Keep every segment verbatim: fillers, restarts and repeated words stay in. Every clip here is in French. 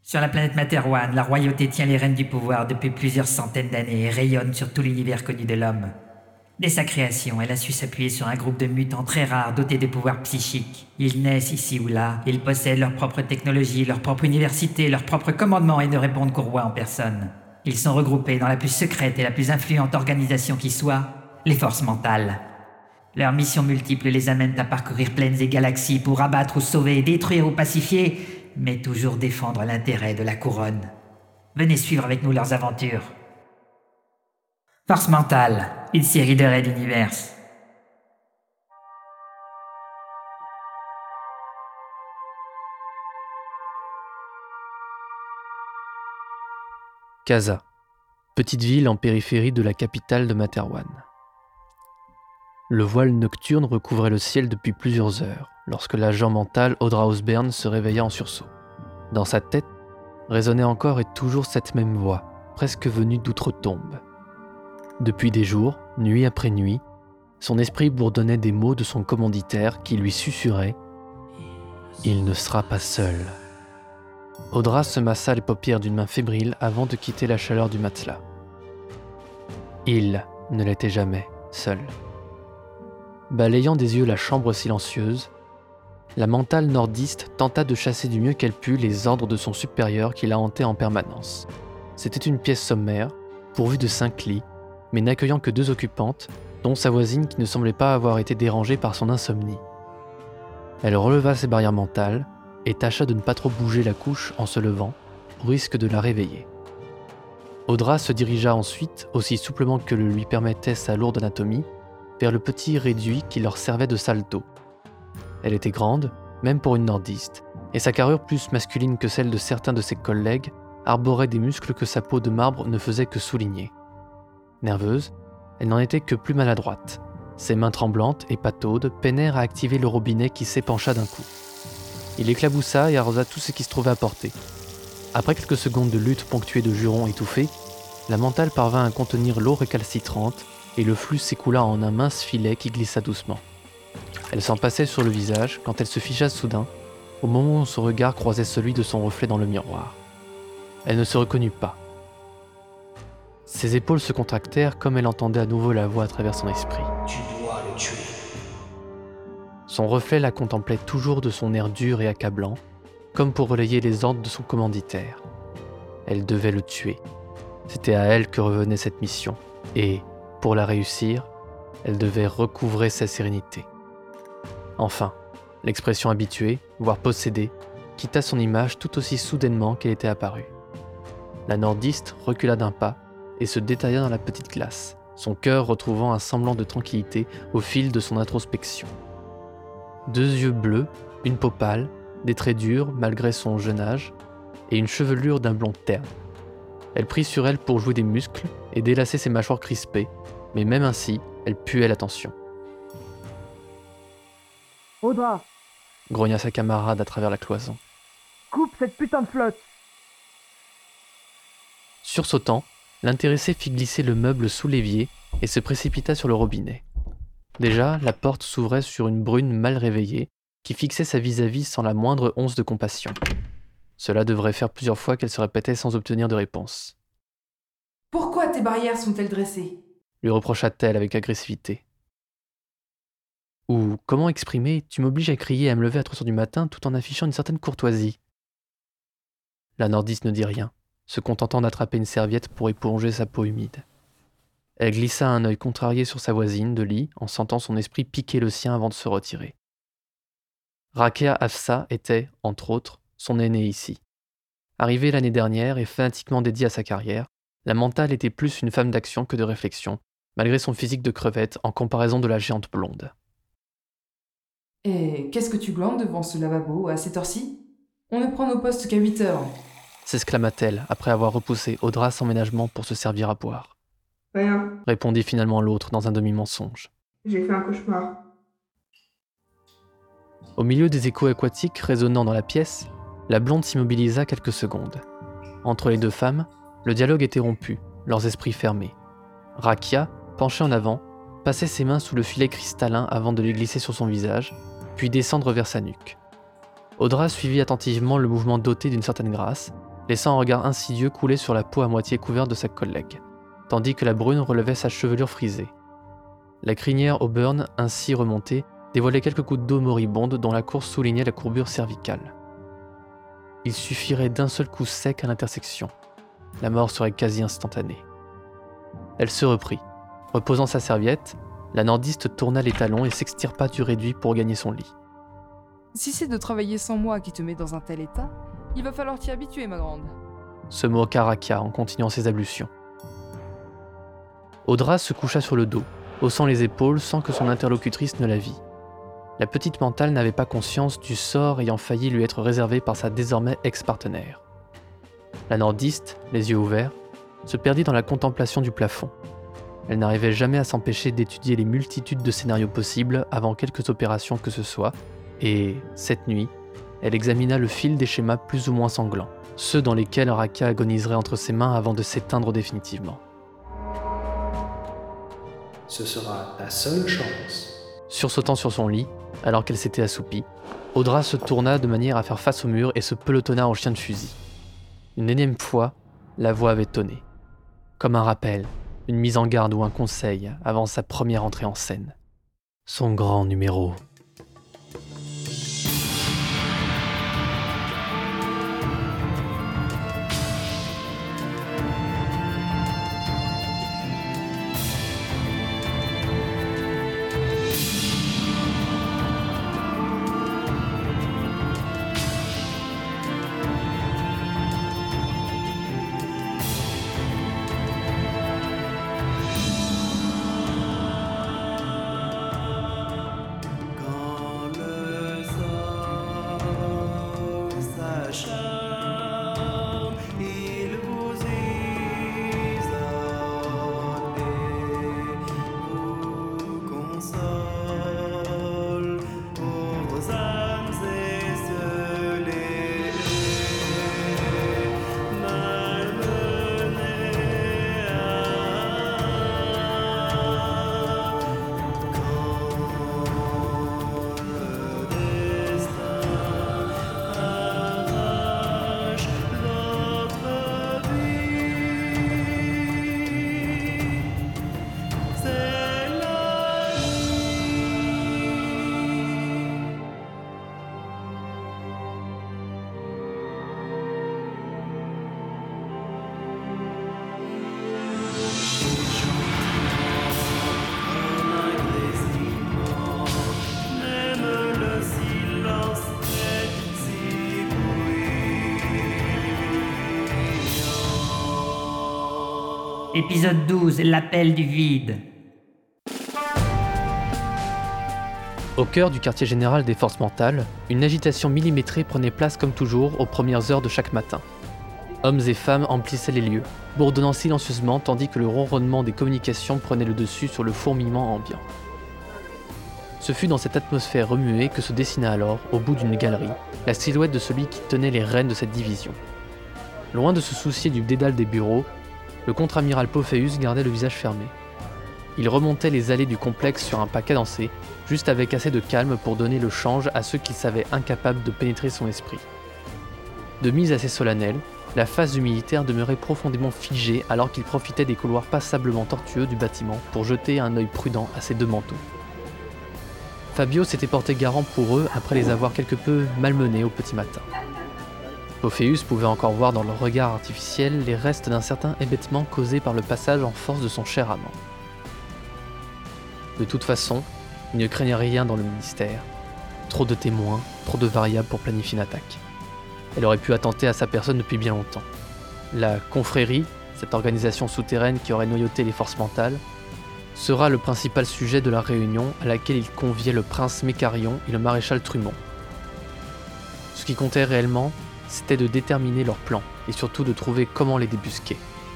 Sur la planète Materwan, la royauté tient les rênes du pouvoir depuis plusieurs centaines d'années et rayonne sur tout l'univers connu de l'homme. Dès sa création, elle a su s'appuyer sur un groupe de mutants très rares dotés de pouvoirs psychiques. Ils naissent ici ou là, ils possèdent leur propre technologie, leur propre université, leur propre commandement et ne répondent qu'au roi en personne. Ils sont regroupés dans la plus secrète et la plus influente organisation qui soit, les forces mentales. Leurs missions multiples les amènent à parcourir plaines et galaxies pour abattre ou sauver, détruire ou pacifier, mais toujours défendre l'intérêt de la couronne. Venez suivre avec nous leurs aventures. Force mentale, une série de raids d'univers. Casa, petite ville en périphérie de la capitale de Materwan. Le voile nocturne recouvrait le ciel depuis plusieurs heures, lorsque l'agent mental Audra Osborne se réveilla en sursaut. Dans sa tête résonnait encore et toujours cette même voix, presque venue d'outre-tombe. Depuis des jours, nuit après nuit, son esprit bourdonnait des mots de son commanditaire qui lui susurrait « Il ne sera pas seul ». Audra se massa les paupières d'une main fébrile avant de quitter la chaleur du matelas. Il ne l'était jamais seul. Balayant des yeux la chambre silencieuse, la mentale nordiste tenta de chasser du mieux qu'elle put les ordres de son supérieur qui la hantait en permanence. C'était une pièce sommaire, pourvue de cinq lits, mais n'accueillant que deux occupantes, dont sa voisine qui ne semblait pas avoir été dérangée par son insomnie. Elle releva ses barrières mentales et tâcha de ne pas trop bouger la couche en se levant, au risque de la réveiller. Audra se dirigea ensuite, aussi souplement que le lui permettait sa lourde anatomie, vers le petit réduit qui leur servait de salle d'eau. Elle était grande, même pour une nordiste, et sa carrure plus masculine que celle de certains de ses collègues arborait des muscles que sa peau de marbre ne faisait que souligner. Nerveuse, elle n'en était que plus maladroite. Ses mains tremblantes et pataudes peinèrent à activer le robinet qui s'épancha d'un coup. Il éclaboussa et arrosa tout ce qui se trouvait à portée. Après quelques secondes de lutte ponctuée de jurons étouffés, la mentale parvint à contenir l'eau récalcitrante et le flux s'écoula en un mince filet qui glissa doucement. Elle s'en passait sur le visage quand elle se figea soudain, au moment où son regard croisait celui de son reflet dans le miroir. Elle ne se reconnut pas. Ses épaules se contractèrent comme elle entendait à nouveau la voix à travers son esprit. Tu dois le tuer. Son reflet la contemplait toujours de son air dur et accablant, comme pour relayer les ordres de son commanditaire. Elle devait le tuer. C'était à elle que revenait cette mission, et, pour la réussir, elle devait recouvrer sa sérénité. Enfin, l'expression habituée, voire possédée, quitta son image tout aussi soudainement qu'elle était apparue. La nordiste recula d'un pas et se détailla dans la petite glace, son cœur retrouvant un semblant de tranquillité au fil de son introspection. Deux yeux bleus, une peau pâle, des traits durs malgré son jeune âge, et une chevelure d'un blond terne. Elle prit sur elle pour jouer des muscles et délasser ses mâchoires crispées, mais même ainsi, elle puait l'attention. « Audra, grogna sa camarade à travers la cloison. coupe cette putain de flotte !» Sursautant, l'intéressé fit glisser le meuble sous l'évier et se précipita sur le robinet. Déjà, la porte s'ouvrait sur une brune mal réveillée qui fixait sa vis-à-vis sans la moindre once de compassion. Cela devrait faire plusieurs fois qu'elle se répétait sans obtenir de réponse. « Pourquoi tes barrières sont-elles dressées ?» lui reprocha-t-elle avec agressivité. Ou, comment exprimer « tu m'obliges à crier et à me lever à trois heures du matin tout en affichant une certaine courtoisie ?» La nordiste ne dit rien, se contentant d'attraper une serviette pour éponger sa peau humide. Elle glissa un œil contrarié sur sa voisine de lit en sentant son esprit piquer le sien avant de se retirer. Rakea Hafsa était, entre autres, son aînée ici. Arrivée l'année dernière et fanatiquement dédiée à sa carrière, la mentale était plus une femme d'action que de réflexion, malgré son physique de crevette en comparaison de la géante blonde. « Et qu'est-ce que tu glandes devant ce lavabo à cette heure-ci ? On ne prend nos postes qu'à huit heures. » s'exclama-t-elle après avoir repoussé Audra sans ménagement pour se servir à boire. « Rien, Répondit finalement l'autre dans un demi-mensonge. j'ai fait un cauchemar. » Au milieu des échos aquatiques résonnant dans la pièce, la blonde s'immobilisa quelques secondes. Entre les deux femmes, le dialogue était rompu, leurs esprits fermés. Rakia, penchée en avant, passait ses mains sous le filet cristallin avant de les glisser sur son visage, puis descendre vers sa nuque. Audra suivit attentivement le mouvement doté d'une certaine grâce, laissant un regard insidieux couler sur la peau à moitié couverte de sa collègue, tandis que la brune relevait sa chevelure frisée. La crinière Auburn, ainsi remontée, dévoilait quelques gouttes d'eau moribonde dont la course soulignait la courbure cervicale. Il suffirait d'un seul coup sec à l'intersection. La mort serait quasi instantanée. Elle se reprit. Reposant sa serviette, la nordiste tourna les talons et s'extirpa du réduit pour gagner son lit. Si c'est de travailler sans moi qui te met dans un tel état, il va falloir t'y habituer, ma grande. Se moqua Raka en continuant ses ablutions. Audra se coucha sur le dos, haussant les épaules sans que son interlocutrice ne la vît. La petite mentale n'avait pas conscience du sort ayant failli lui être réservé par sa désormais ex-partenaire. La nordiste, les yeux ouverts, se perdit dans la contemplation du plafond. Elle n'arrivait jamais à s'empêcher d'étudier les multitudes de scénarios possibles avant quelques opérations que ce soit, et, cette nuit, elle examina le fil des schémas plus ou moins sanglants, ceux dans lesquels Raka agoniserait entre ses mains avant de s'éteindre définitivement. Ce sera ta seule chance. Sursautant sur son lit, alors qu'elle s'était assoupie, Audra se tourna de manière à faire face au mur et se pelotonna en chien de fusil. Une énième fois, la voix avait tonné. Comme un rappel, une mise en garde ou un conseil avant sa première entrée en scène. Son grand numéro. Épisode douze, l'appel du vide. Au cœur du quartier général des forces mentales, une agitation millimétrée prenait place comme toujours aux premières heures de chaque matin. Hommes et femmes emplissaient les lieux, bourdonnant silencieusement tandis que le ronronnement des communications prenait le dessus sur le fourmillement ambiant. Ce fut dans cette atmosphère remuée que se dessina alors, au bout d'une galerie, la silhouette de celui qui tenait les rênes de cette division. Loin de se soucier du dédale des bureaux, le contre-amiral Pophéus gardait le visage fermé. Il remontait les allées du complexe sur un pas cadencé, juste avec assez de calme pour donner le change à ceux qu'il savait incapables de pénétrer son esprit. De mise assez solennelle, la face du militaire demeurait profondément figée alors qu'il profitait des couloirs passablement tortueux du bâtiment pour jeter un œil prudent à ses deux manteaux. Fabio s'était porté garant pour eux après les avoir quelque peu malmenés au petit matin. Pophéus pouvait encore voir dans leur regard artificiel les restes d'un certain hébétement causé par le passage en force de son cher amant. De toute façon, il ne craignait rien dans le ministère. Trop de témoins, trop de variables pour planifier une attaque. Elle aurait pu attenter à sa personne depuis bien longtemps. La confrérie, cette organisation souterraine qui aurait noyauté les forces mentales, sera le principal sujet de la réunion à laquelle il conviait le prince Mécarion et le maréchal Trumont. Ce qui comptait réellement, c'était de déterminer leurs plans et surtout de trouver comment les débusquer.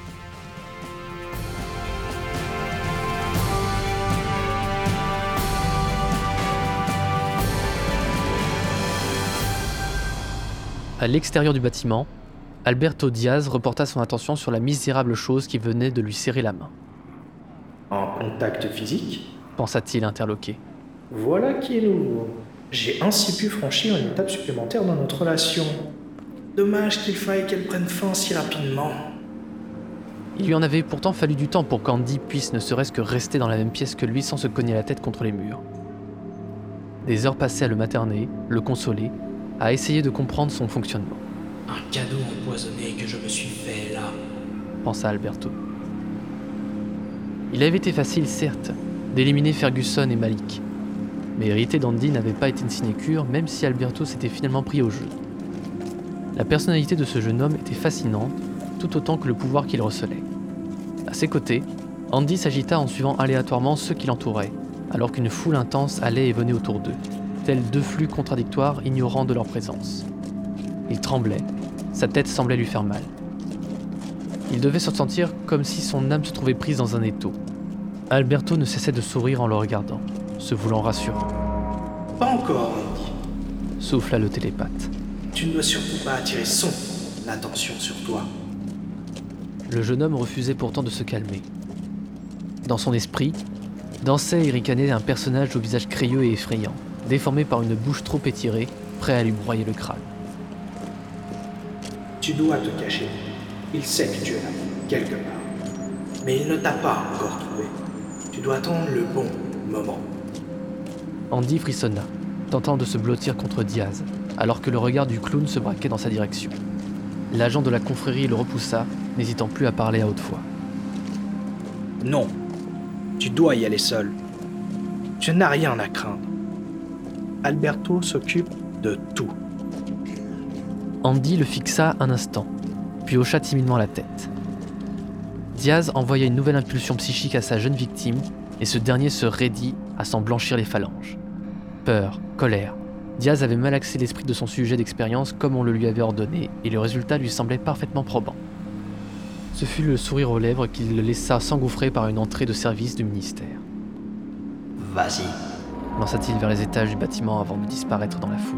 À l'extérieur du bâtiment, Alberto Diaz reporta son attention sur la misérable chose qui venait de lui serrer la main. En contact physique ? Pensa-t-il interloqué. Voilà qui est nouveau. J'ai ainsi pu franchir une étape supplémentaire dans notre relation. Dommage qu'il faille qu'elle prenne fin si rapidement. Il lui en avait pourtant fallu du temps pour qu'Andy puisse ne serait-ce que rester dans la même pièce que lui sans se cogner la tête contre les murs. Des heures passées à le materner, le consoler, à essayer de comprendre son fonctionnement. Un cadeau empoisonné que je me suis fait là. Pensa Alberto. Il avait été facile, certes, d'éliminer Ferguson et Malik. Mais hériter d'Andy n'avait pas été une sinécure, même si Alberto s'était finalement pris au jeu. La personnalité de ce jeune homme était fascinante, tout autant que le pouvoir qu'il recelait. À ses côtés, Andy s'agita en suivant aléatoirement ceux qui l'entouraient, alors qu'une foule intense allait et venait autour d'eux, tels deux flux contradictoires ignorant de leur présence. Il tremblait, sa tête semblait lui faire mal. Il devait se sentir comme si son âme se trouvait prise dans un étau. Alberto ne cessait de sourire en le regardant, se voulant rassurant. Pas encore, Andy. Souffla le télépathe. Tu ne dois surtout pas attirer son l'attention sur toi. Le jeune homme refusait pourtant de se calmer. Dans son esprit, dansait et ricanait un personnage au visage crayeux et effrayant, déformé par une bouche trop étirée, prêt à lui broyer le crâne. Tu dois te cacher. Il sait que tu es là, quelque part. Mais il ne t'a pas encore trouvé. Tu dois attendre le bon moment. Andy frissonna, tentant de se blottir contre Diaz, alors que le regard du clown se braquait dans sa direction. L'agent de la confrérie le repoussa, n'hésitant plus à parler à haute voix. Non. Tu dois y aller seul. Tu n'as rien à craindre. Alberto s'occupe de tout. Andy le fixa un instant, puis hocha timidement la tête. Diaz envoya une nouvelle impulsion psychique à sa jeune victime, et ce dernier se raidit à s'en blanchir les phalanges. Peur, colère. Diaz avait malaxé l'esprit de son sujet d'expérience comme on le lui avait ordonné, et le résultat lui semblait parfaitement probant. Ce fut le sourire aux lèvres qu'il le laissa s'engouffrer par une entrée de service du ministère. « Vas-y », lança-t-il vers les étages du bâtiment avant de disparaître dans la foule.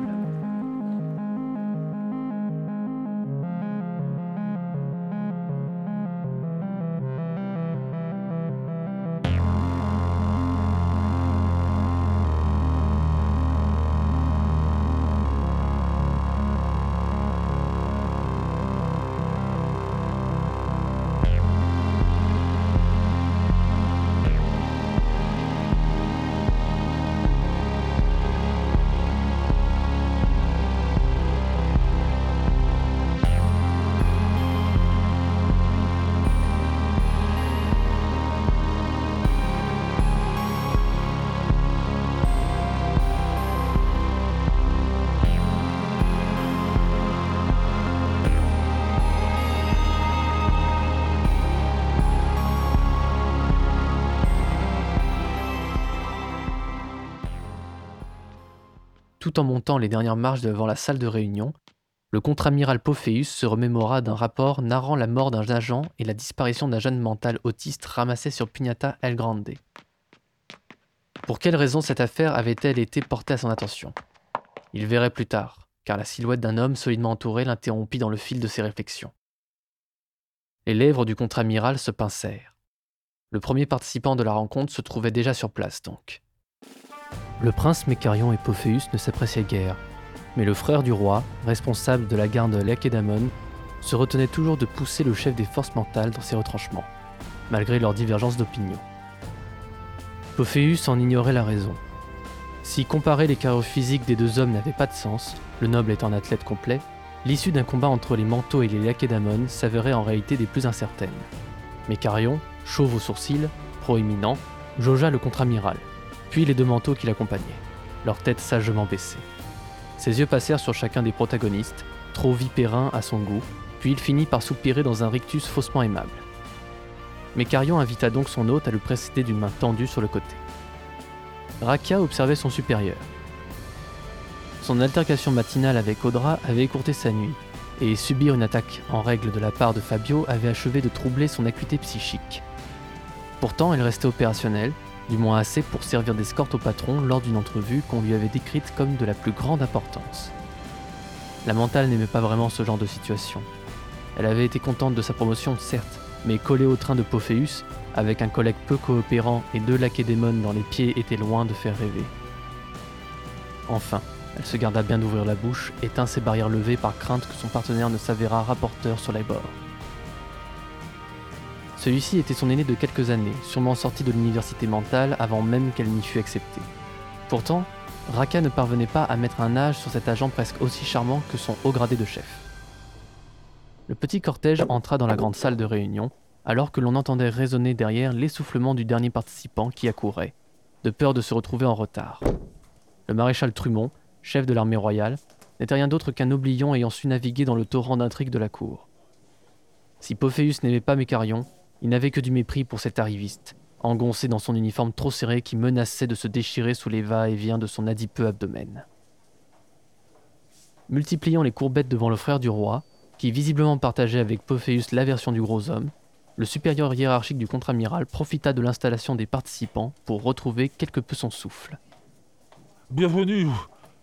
Tout en montant les dernières marches devant la salle de réunion, le contre-amiral Pophéus se remémora d'un rapport narrant la mort d'un agent et la disparition d'un jeune mental autiste ramassé sur Piñata El Grande. Pour quelle raison cette affaire avait-elle été portée à son attention ? Il verrait plus tard, car la silhouette d'un homme solidement entouré l'interrompit dans le fil de ses réflexions. Les lèvres du contre-amiral se pincèrent. Le premier participant de la rencontre se trouvait déjà sur place donc. Le prince Mécarion et Pophéus ne s'appréciaient guère, mais le frère du roi, responsable de la garde Lakédamon, se retenait toujours de pousser le chef des forces mentales dans ses retranchements, malgré leurs divergences d'opinion. Pophéus en ignorait la raison. Si comparer les carrures physiques des deux hommes n'avait pas de sens, le noble étant un athlète complet, l'issue d'un combat entre les Manteaux et les Lakédamon s'avérait en réalité des plus incertaines. Mécarion, chauve aux sourcils, proéminent, jaugea le contre-amiral, puis les deux Manteaux qui l'accompagnaient, leurs têtes sagement baissées. Ses yeux passèrent sur chacun des protagonistes, trop vipérin à son goût, puis il finit par soupirer dans un rictus faussement aimable. Mécarion invita donc son hôte à le précéder d'une main tendue sur le côté. Rakia observait son supérieur. Son altercation matinale avec Audra avait écourté sa nuit, et subir une attaque en règle de la part de Fabio avait achevé de troubler son acuité psychique. Pourtant, elle restait opérationnelle, du moins assez pour servir d'escorte au patron lors d'une entrevue qu'on lui avait décrite comme de la plus grande importance. La mentale n'aimait pas vraiment ce genre de situation. Elle avait été contente de sa promotion, certes, mais collée au train de Pophéus, avec un collègue peu coopérant et deux Lakédamon dans les pieds était loin de faire rêver. Enfin, Elle se garda bien d'ouvrir la bouche et tint ses barrières levées par crainte que son partenaire ne s'avérât rapporteur sur les bords. Celui-ci était son aîné de quelques années, sûrement sorti de l'université mentale avant même qu'elle n'y fût acceptée. Pourtant, Raka ne parvenait pas à mettre un âge sur cet agent presque aussi charmant que son haut gradé de chef. Le petit cortège entra dans la grande salle de réunion, alors que l'on entendait résonner derrière l'essoufflement du dernier participant qui accourait, de peur de se retrouver en retard. Le maréchal Trumont, chef de l'armée royale, n'était rien d'autre qu'un oblion ayant su naviguer dans le torrent d'intrigues de la cour. Si Pophéus n'aimait pas Mécarion, il n'avait que du mépris pour cet arriviste, engoncé dans son uniforme trop serré qui menaçait de se déchirer sous les va-et-vient de son adipeux abdomen. Multipliant les courbettes devant le frère du roi, qui visiblement partageait avec Pophéus l'aversion du gros homme, le supérieur hiérarchique du contre-amiral profita de l'installation des participants pour retrouver quelque peu son souffle. « Bienvenue, messieurs. »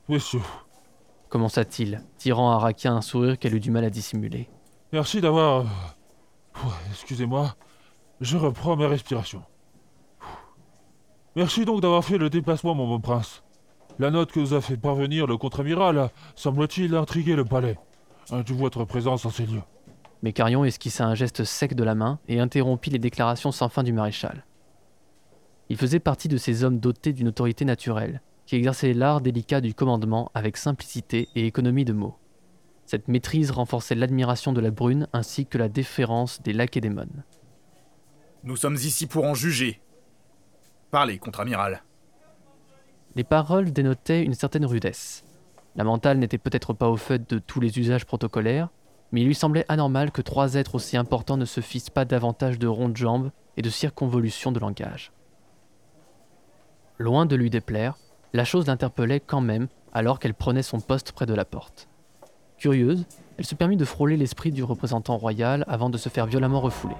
commença-t-il, tirant à Raka un sourire qu'elle eut du mal à dissimuler. « Merci d'avoir... Ouais, excusez-moi, je reprends mes respirations. Merci donc d'avoir fait le déplacement, mon bon prince. La note que vous a fait parvenir le contre-amiral a, semble-t-il, intrigué le palais, d'où votre présence en ces lieux. » Mécarion esquissa un geste sec de la main et interrompit les déclarations sans fin du maréchal. Il faisait partie de ces hommes dotés d'une autorité naturelle, qui exerçaient l'art délicat du commandement avec simplicité et économie de mots. Cette maîtrise renforçait l'admiration de la brune ainsi que la déférence des lacédémones. Nous sommes ici pour en juger. Parlez, contre-amiral. Les paroles dénotaient une certaine rudesse. La mentale n'était peut-être pas au fait de tous les usages protocolaires, mais il lui semblait anormal que trois êtres aussi importants ne se fissent pas davantage de rondes jambes et de circonvolutions de langage. Loin de lui déplaire, la chose l'interpellait quand même alors qu'elle prenait son poste près de la porte. Curieuse, elle se permit de frôler l'esprit du représentant royal avant de se faire violemment refouler.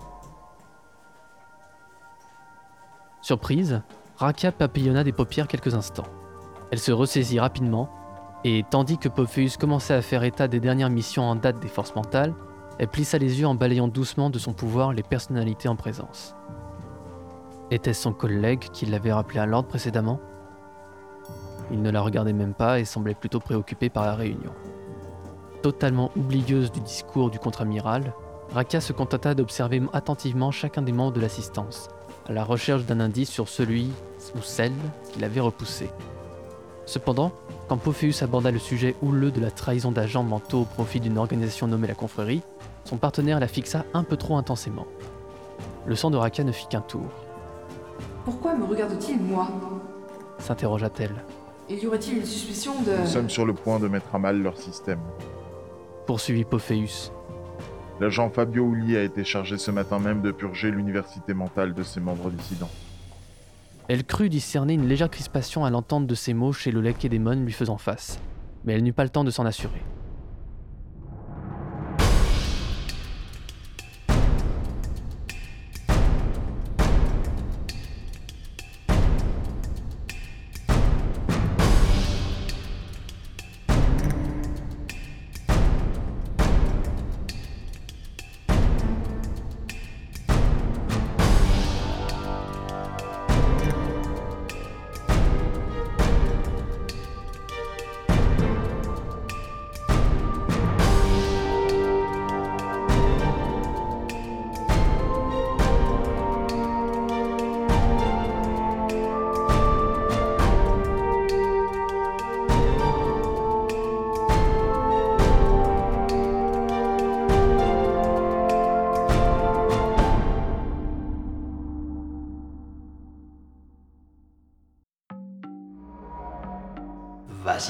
Surprise, Raka papillonna des paupières quelques instants. Elle se ressaisit rapidement, et tandis que Pophéus commençait à faire état des dernières missions en date des forces mentales, elle plissa les yeux en balayant doucement de son pouvoir les personnalités en présence. Était-ce son collègue qui l'avait rappelé à l'ordre précédemment ? Il ne la regardait même pas et semblait plutôt préoccupé par la réunion. Totalement oublieuse du discours du contre-amiral, Raka se contenta d'observer attentivement chacun des membres de l'assistance, à la recherche d'un indice sur celui ou celle qui l'avait repoussé. Cependant, quand Pophéus aborda le sujet houleux de la trahison d'agents mentaux au profit d'une organisation nommée la Confrérie, son partenaire la fixa un peu trop intensément. Le sang de Raka ne fit qu'un tour. « Pourquoi me regarde-t-il, moi ?» s'interrogea-t-elle. « Et y aurait-il une suspicion de... » Nous sommes sur le point de mettre à mal leur système. Poursuivit Pophéus. L'agent Fabio Uli a été chargé ce matin même de purger l'université mentale de ses membres dissidents. Elle crut discerner une légère crispation à l'entente de ces mots chez le lacédémone lui faisant face, mais elle n'eut pas le temps de s'en assurer. Vas-y.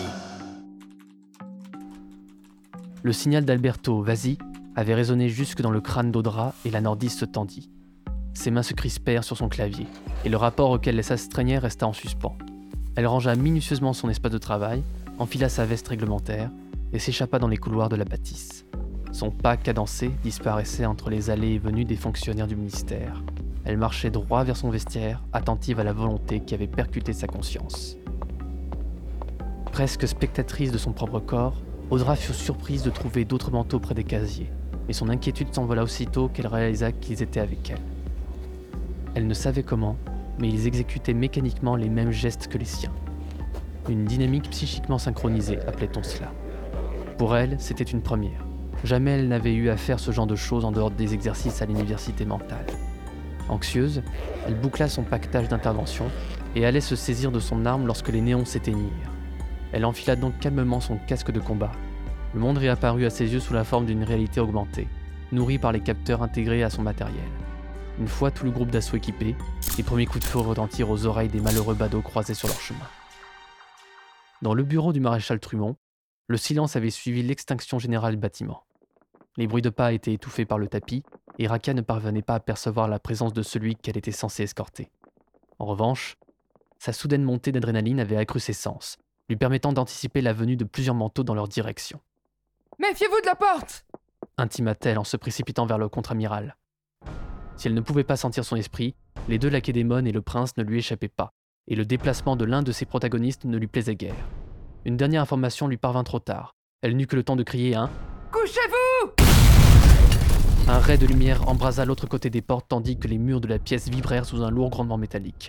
Le signal d'Alberto, vas-y, avait résonné jusque dans le crâne d'Audra et la nordiste se tendit. Ses mains se crispèrent sur son clavier, et le rapport auquel elle s'astreignait resta en suspens. Elle rangea minutieusement son espace de travail, enfila sa veste réglementaire, et s'échappa dans les couloirs de la bâtisse. Son pas cadencé disparaissait entre les allées et venues des fonctionnaires du ministère. Elle marchait droit vers son vestiaire, attentive à la volonté qui avait percuté sa conscience. Presque spectatrice de son propre corps, Audra fut surprise de trouver d'autres manteaux près des casiers, mais son inquiétude s'envola aussitôt qu'elle réalisa qu'ils étaient avec elle. Elle ne savait comment, mais ils exécutaient mécaniquement les mêmes gestes que les siens. Une dynamique psychiquement synchronisée, appelait-on cela. Pour elle, c'était une première. Jamais elle n'avait eu à faire ce genre de choses en dehors des exercices à l'université mentale. Anxieuse, elle boucla son pactage d'intervention et allait se saisir de son arme lorsque les néons s'éteignirent. Elle enfila donc calmement son casque de combat. Le monde réapparut à ses yeux sous la forme d'une réalité augmentée, nourrie par les capteurs intégrés à son matériel. Une fois tout le groupe d'assaut équipé, les premiers coups de feu retentirent aux oreilles des malheureux badauds croisés sur leur chemin. Dans le bureau du maréchal Trumont, le silence avait suivi l'extinction générale du bâtiment. Les bruits de pas étaient étouffés par le tapis, et Raka ne parvenait pas à percevoir la présence de celui qu'elle était censée escorter. En revanche, sa soudaine montée d'adrénaline avait accru ses sens, lui permettant d'anticiper la venue de plusieurs manteaux dans leur direction. « Méfiez-vous de la porte !» intima-t-elle en se précipitant vers le contre-amiral. Si elle ne pouvait pas sentir son esprit, les deux lacédémones et le prince ne lui échappaient pas, et le déplacement de l'un de ses protagonistes ne lui plaisait guère. Une dernière information lui parvint trop tard. Elle n'eut que le temps de crier un « Couchez-vous !» Un ray de lumière embrasa l'autre côté des portes tandis que les murs de la pièce vibrèrent sous un lourd grondement métallique.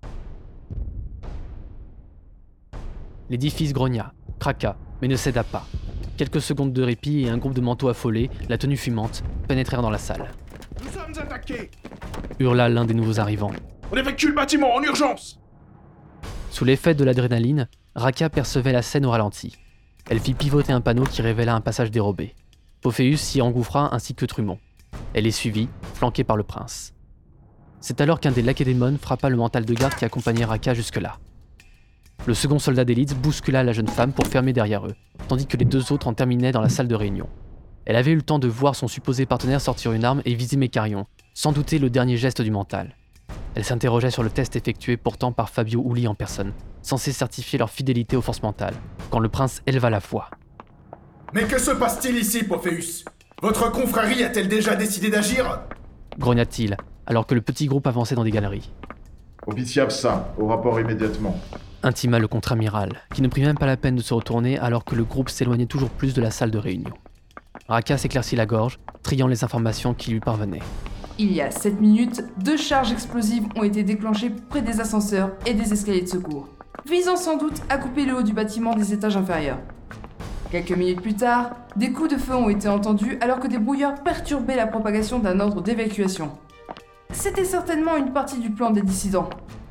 L'édifice grogna, craqua, mais ne céda pas. Quelques secondes de répit et un groupe de manteaux affolés, la tenue fumante, pénétrèrent dans la salle. « Nous sommes attaqués !» hurla l'un des nouveaux arrivants. « On évacue le bâtiment en urgence !» Sous l'effet de l'adrénaline, Raka percevait la scène au ralenti. Elle fit pivoter un panneau qui révéla un passage dérobé. Pophéus s'y engouffra ainsi que Trumont. Elle les suivit, flanquée par le prince. C'est alors qu'un des lacédémones frappa le mental de garde qui accompagnait Raka jusque-là. Le second soldat d'élite bouscula la jeune femme pour fermer derrière eux, tandis que les deux autres en terminaient dans la salle de réunion. Elle avait eu le temps de voir son supposé partenaire sortir une arme et viser Mécarion, sans douter le dernier geste du mental. Elle s'interrogeait sur le test effectué pourtant par Fabio Uli en personne, censé certifier leur fidélité aux forces mentales, quand le prince éleva la voix. « Mais que se passe-t-il ici, Pophéus ? Votre confrérie a-t-elle déjà décidé d'agir ?» grogna-t-il, alors que le petit groupe avançait dans des galeries. « Officier Absa, au rapport immédiatement. » intima le contre-amiral, qui ne prit même pas la peine de se retourner alors que le groupe s'éloignait toujours plus de la salle de réunion. Raka s'éclaircit la gorge, triant les informations qui lui parvenaient. Il y a sept minutes, deux charges explosives ont été déclenchées près des ascenseurs et des escaliers de secours, visant sans doute à couper le haut du bâtiment des étages inférieurs. Quelques minutes plus tard, des coups de feu ont été entendus alors que des brouillards perturbaient la propagation d'un ordre d'évacuation. C'était certainement une partie du plan des dissidents.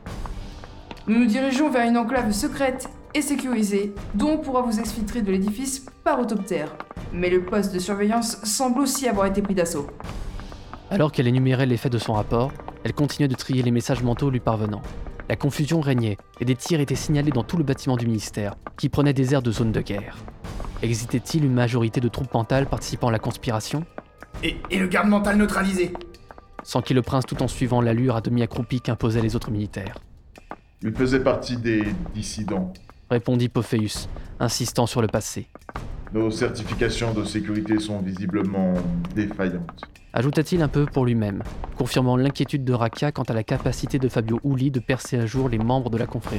Nous nous dirigeons vers une enclave secrète et sécurisée, dont on pourra vous exfiltrer de l'édifice par autoptère. Mais le poste de surveillance semble aussi avoir été pris d'assaut. Alors qu'elle énumérait les faits de son rapport, elle continuait de trier les messages mentaux lui parvenant. La confusion régnait, et des tirs étaient signalés dans tout le bâtiment du ministère, qui prenait des airs de zone de guerre. Existait-il une majorité de troupes mentales participant à la conspiration ? Et, et le garde mental neutralisé ? S'enquit le prince tout en suivant l'allure à demi accroupie qu'imposaient les autres militaires. Il faisait partie des dissidents, répondit Pophéus, insistant sur le passé. Nos certifications de sécurité sont visiblement défaillantes. Ajouta-t-il un peu pour lui-même, confirmant l'inquiétude de Raka quant à la capacité de Fabio Uli de percer à jour les membres de la confrérie.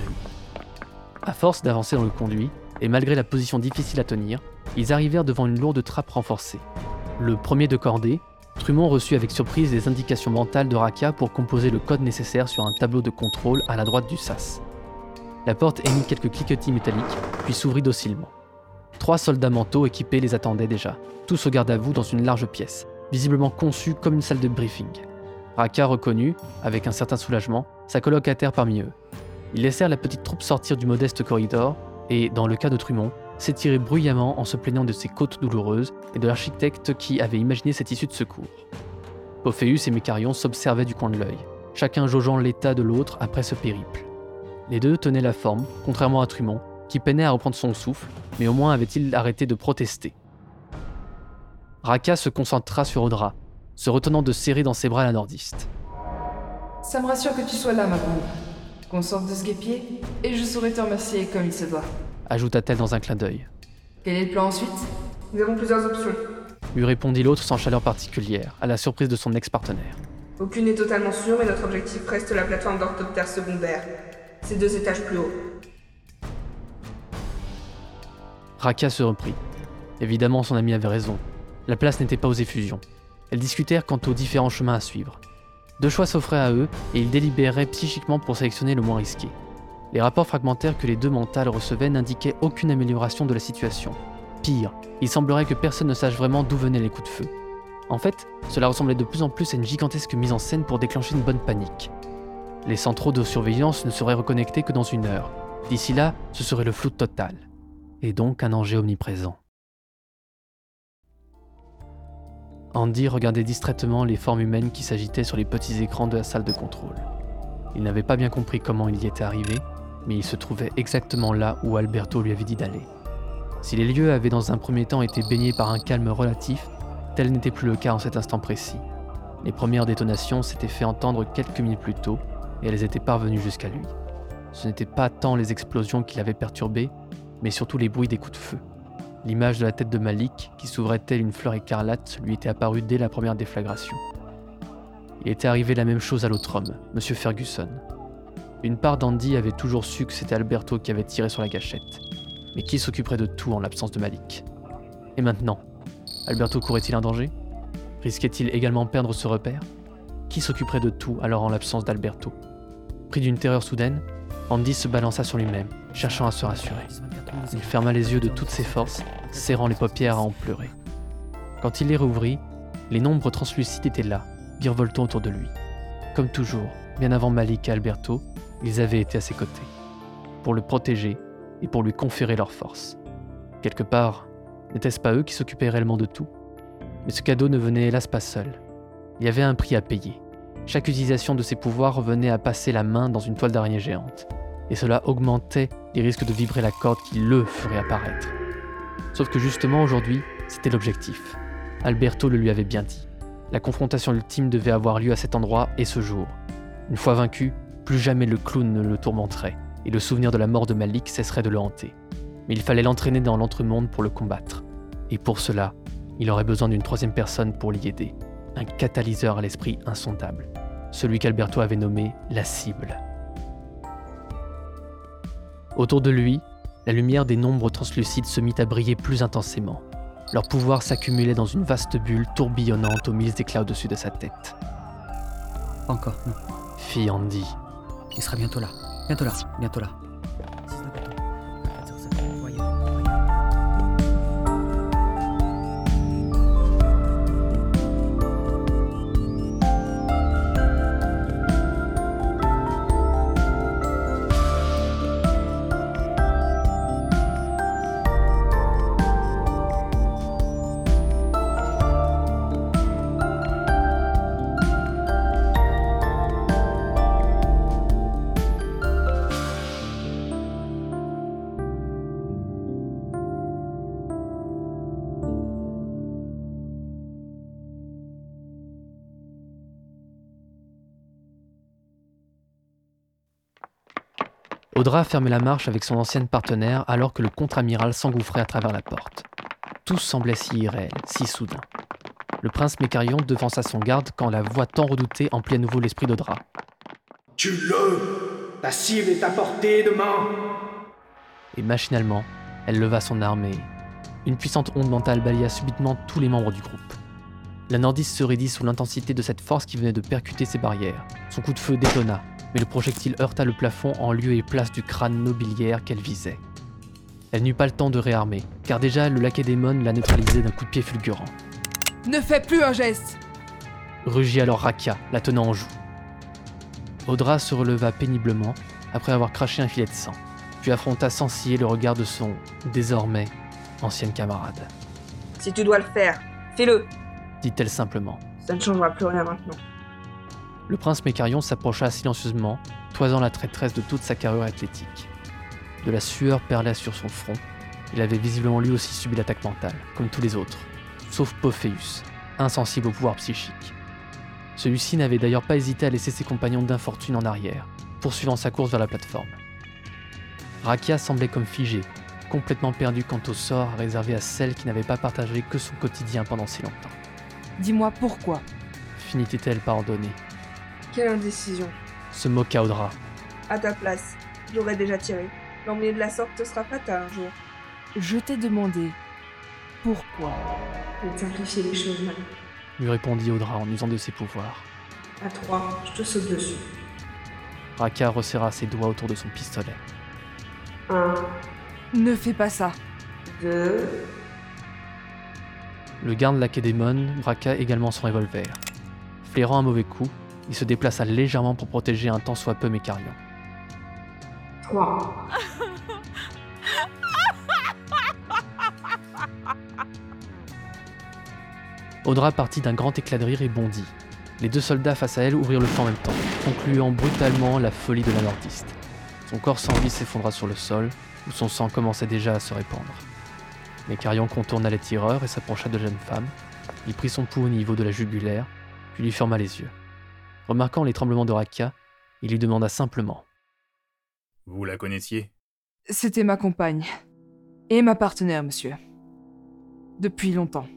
À force d'avancer dans le conduit, et malgré la position difficile à tenir, ils arrivèrent devant une lourde trappe renforcée. Le premier de cordée, Trumont reçut avec surprise les indications mentales de Raka pour composer le code nécessaire sur un tableau de contrôle à la droite du sas. La porte émit quelques cliquetis métalliques, puis s'ouvrit docilement. Trois soldats mentaux équipés les attendaient déjà, tous au garde-à-vous dans une large pièce, visiblement conçue comme une salle de briefing. Raka reconnut, avec un certain soulagement, sa colocataire parmi eux. Ils laissèrent la petite troupe sortir du modeste corridor et, dans le cas de Trumont, s'étirer bruyamment en se plaignant de ses côtes douloureuses et de l'architecte qui avait imaginé cette issue de secours. Pophéus et Mécarion s'observaient du coin de l'œil, chacun jaugeant l'état de l'autre après ce périple. Les deux tenaient la forme, contrairement à Trumont, qui peinait à reprendre son souffle, mais au moins avait-il arrêté de protester. Raka se concentra sur Audra, se retenant de serrer dans ses bras la nordiste. « Ça me rassure que tu sois là, ma grande. Qu'on sorte de ce guêpier, et je saurai te remercier comme il se doit. » ajouta-t-elle dans un clin d'œil. « Quel est le plan ensuite ?»« Nous avons plusieurs options. » lui répondit l'autre sans chaleur particulière, à la surprise de son ex-partenaire. « Aucune n'est totalement sûre, mais notre objectif reste la plateforme d'orthoptère secondaire. C'est deux étages plus haut. » Raka se reprit. Évidemment, son ami avait raison. La place n'était pas aux effusions. Elles discutèrent quant aux différents chemins à suivre. Deux choix s'offraient à eux, et ils délibéraient psychiquement pour sélectionner le moins risqué. Les rapports fragmentaires que les deux mentales recevaient n'indiquaient aucune amélioration de la situation. Pire, il semblerait que personne ne sache vraiment d'où venaient les coups de feu. En fait, cela ressemblait de plus en plus à une gigantesque mise en scène pour déclencher une bonne panique. Les centraux de surveillance ne seraient reconnectés que dans une heure. D'ici là, ce serait le flou total. Et donc un danger omniprésent. Andy regardait distraitement les formes humaines qui s'agitaient sur les petits écrans de la salle de contrôle. Il n'avait pas bien compris comment il y était arrivé, mais il se trouvait exactement là où Alberto lui avait dit d'aller. Si les lieux avaient dans un premier temps été baignés par un calme relatif, tel n'était plus le cas en cet instant précis. Les premières détonations s'étaient fait entendre quelques minutes plus tôt, et elles étaient parvenues jusqu'à lui. Ce n'étaient pas tant les explosions qui l'avaient perturbé, mais surtout les bruits des coups de feu. L'image de la tête de Malik, qui s'ouvrait telle une fleur écarlate, lui était apparue dès la première déflagration. Il était arrivé la même chose à l'autre homme, M. Ferguson. Une part d'Andy avait toujours su que c'était Alberto qui avait tiré sur la gâchette. Mais qui s'occuperait de tout en l'absence de Malik? Et maintenant, Alberto courait-il un danger? Risquait-il également perdre ce repère? Qui s'occuperait de tout alors en l'absence d'Alberto? Pris d'une terreur soudaine, Andy se balança sur lui-même, cherchant à se rassurer. Il ferma les yeux de toutes ses forces, serrant les paupières à en pleurer. Quand il les rouvrit, les nombres translucides étaient là, virevoltant autour de lui. Comme toujours, bien avant Malik et Alberto, ils avaient été à ses côtés, pour le protéger et pour lui conférer leur force. Quelque part, n'était-ce pas eux qui s'occupaient réellement de tout? Mais ce cadeau ne venait hélas pas seul. Il y avait un prix à payer. Chaque utilisation de ses pouvoirs revenait à passer la main dans une toile d'araignée géante. Et cela augmentait les risques de vibrer la corde qui le ferait apparaître. Sauf que justement aujourd'hui, c'était l'objectif. Alberto le lui avait bien dit. La confrontation ultime devait avoir lieu à cet endroit et ce jour. Une fois vaincu, plus jamais le clown ne le tourmenterait, et le souvenir de la mort de Malik cesserait de le hanter. Mais il fallait l'entraîner dans l'entremonde pour le combattre. Et pour cela, il aurait besoin d'une troisième personne pour l'y aider. Un catalyseur à l'esprit insondable. Celui qu'Alberto avait nommé la cible. Autour de lui, la lumière des nombres translucides se mit à briller plus intensément. Leur pouvoir s'accumulait dans une vaste bulle tourbillonnante aux mille éclats au-dessus de sa tête. Encore, non. Fit Andy. Il sera bientôt là. Bientôt là. Bientôt là. Audra fermait la marche avec son ancienne partenaire alors que le contre-amiral s'engouffrait à travers la porte. Tout semblait si irréel, si soudain. Le prince Mécarion devança son garde quand la voix tant redoutée emplit à nouveau l'esprit d'Audra. « Tue-le! Ta cible est à portée de main !» Et machinalement, elle leva son arme et... Une puissante onde mentale balaya subitement tous les membres du groupe. La nordiste se raidit sous l'intensité de cette force qui venait de percuter ses barrières. Son coup de feu détonna, mais le projectile heurta le plafond en lieu et place du crâne nobiliaire qu'elle visait. Elle n'eut pas le temps de réarmer, car déjà le lacédémon la neutralisait d'un coup de pied fulgurant. Ne fais plus un geste! Rugit alors Rakia, la tenant en joue. Audra se releva péniblement, après avoir craché un filet de sang, puis affronta sans ciller le regard de son, désormais, ancienne camarade. Si tu dois le faire, fais-le! Dit-elle simplement. Ça ne changera plus rien maintenant. Le prince Mécarion s'approcha silencieusement, toisant la traîtresse de toute sa carrure athlétique. De la sueur perlait sur son front. Il avait visiblement lui aussi subi l'attaque mentale, comme tous les autres, sauf Pophéus, insensible au pouvoir psychique. Celui-ci n'avait d'ailleurs pas hésité à laisser ses compagnons d'infortune en arrière, poursuivant sa course vers la plateforme. Rakia semblait comme figée, complètement perdue quant au sort réservé à celle qui n'avait pas partagé que son quotidien pendant si longtemps. Dis-moi pourquoi, finit-elle par ordonner. Quelle indécision. Se moqua Audra. À ta place, j'aurais déjà tiré. L'emmener de la sorte te sera fatal un jour. Je t'ai demandé pourquoi. Je vais te simplifier les choses, mal. Lui répondit Audra en usant de ses pouvoirs. À trois, je te saute dessus. Raka resserra ses doigts autour de son pistolet. Un, Ne fais pas ça. deux... Le garde Lacédémon braqua également son revolver. Flairant un mauvais coup, il se déplaça légèrement pour protéger un tant soit peu Mécarion. trois... Audra partit d'un grand éclat de rire et bondit. Les deux soldats face à elle ouvrirent le feu en même temps, concluant brutalement la folie de la nordiste. Son corps sans vie s'effondra sur le sol, où son sang commençait déjà à se répandre. Mécarion contourna les tireurs et s'approcha de la jeune femme. Il prit son pouls au niveau de la jugulaire, puis lui ferma les yeux. Remarquant les tremblements de Raka, il lui demanda simplement. Vous la connaissiez ? C'était ma compagne. Et ma partenaire, monsieur. Depuis longtemps.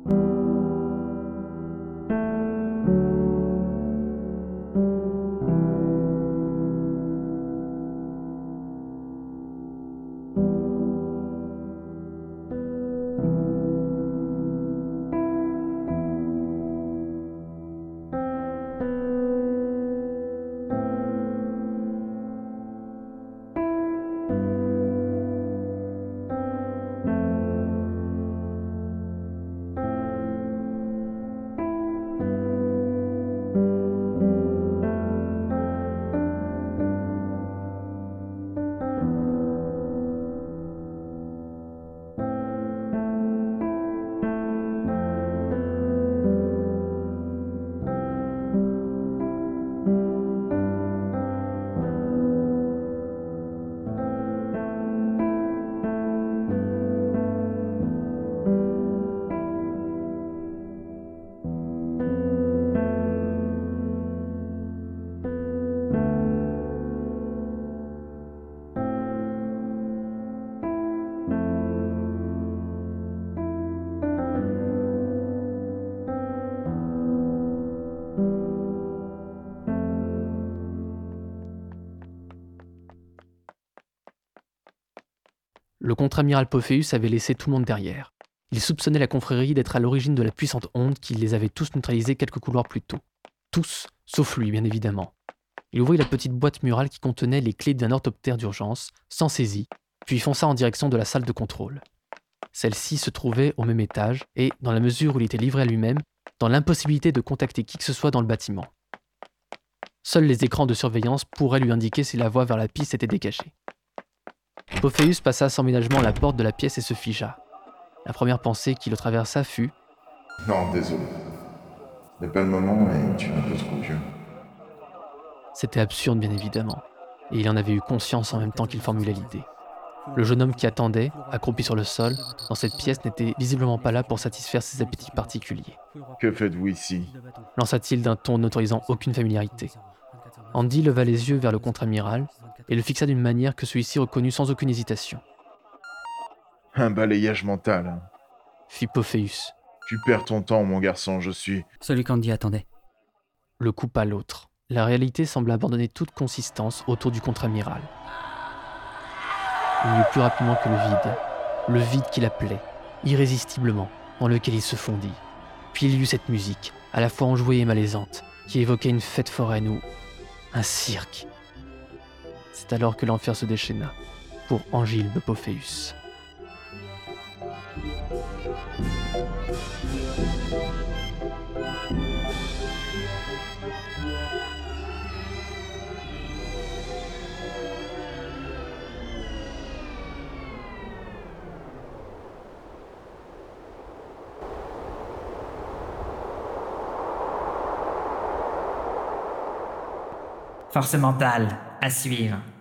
Le contre-amiral Pophéus avait laissé tout le monde derrière. Il soupçonnait la confrérie d'être à l'origine de la puissante onde qui les avait tous neutralisés quelques couloirs plus tôt. Tous, sauf lui, bien évidemment. Il ouvrit la petite boîte murale qui contenait les clés d'un orthoptère d'urgence, s'en saisit, puis fonça en direction de la salle de contrôle. Celle-ci se trouvait au même étage et, dans la mesure où il était livré à lui-même, dans l'impossibilité de contacter qui que ce soit dans le bâtiment. Seuls les écrans de surveillance pourraient lui indiquer si la voie vers la piste était dégagée. Pophéus passa sans ménagement la porte de la pièce et se figea. La première pensée qui le traversa fut « Non, désolé. Ce n'est pas le moment et tu es un peu trop vieux. » C'était absurde, bien évidemment, et il en avait eu conscience en même temps qu'il formulait l'idée. Le jeune homme qui attendait, accroupi sur le sol, dans cette pièce n'était visiblement pas là pour satisfaire ses appétits particuliers. « Que faites-vous ici ?» lança-t-il d'un ton n'autorisant aucune familiarité. Andy leva les yeux vers le contre-amiral et le fixa d'une manière que celui-ci reconnut sans aucune hésitation. « Un balayage mental. Hein. » fit Pophéus. « Tu perds ton temps, mon garçon, je suis... » Celui qu'Andy attendait. Le coupa l'autre. La réalité semblait abandonner toute consistance autour du contre-amiral. Il y eut plus rapidement que le vide, le vide qui l'appelait, irrésistiblement, dans lequel il se fondit. Puis il y eut cette musique, à la fois enjouée et malaisante, qui évoquait une fête foraine ou un cirque. C'est alors que l'enfer se déchaîna, pour Angilbe Pophéus. Force mentale, à suivre.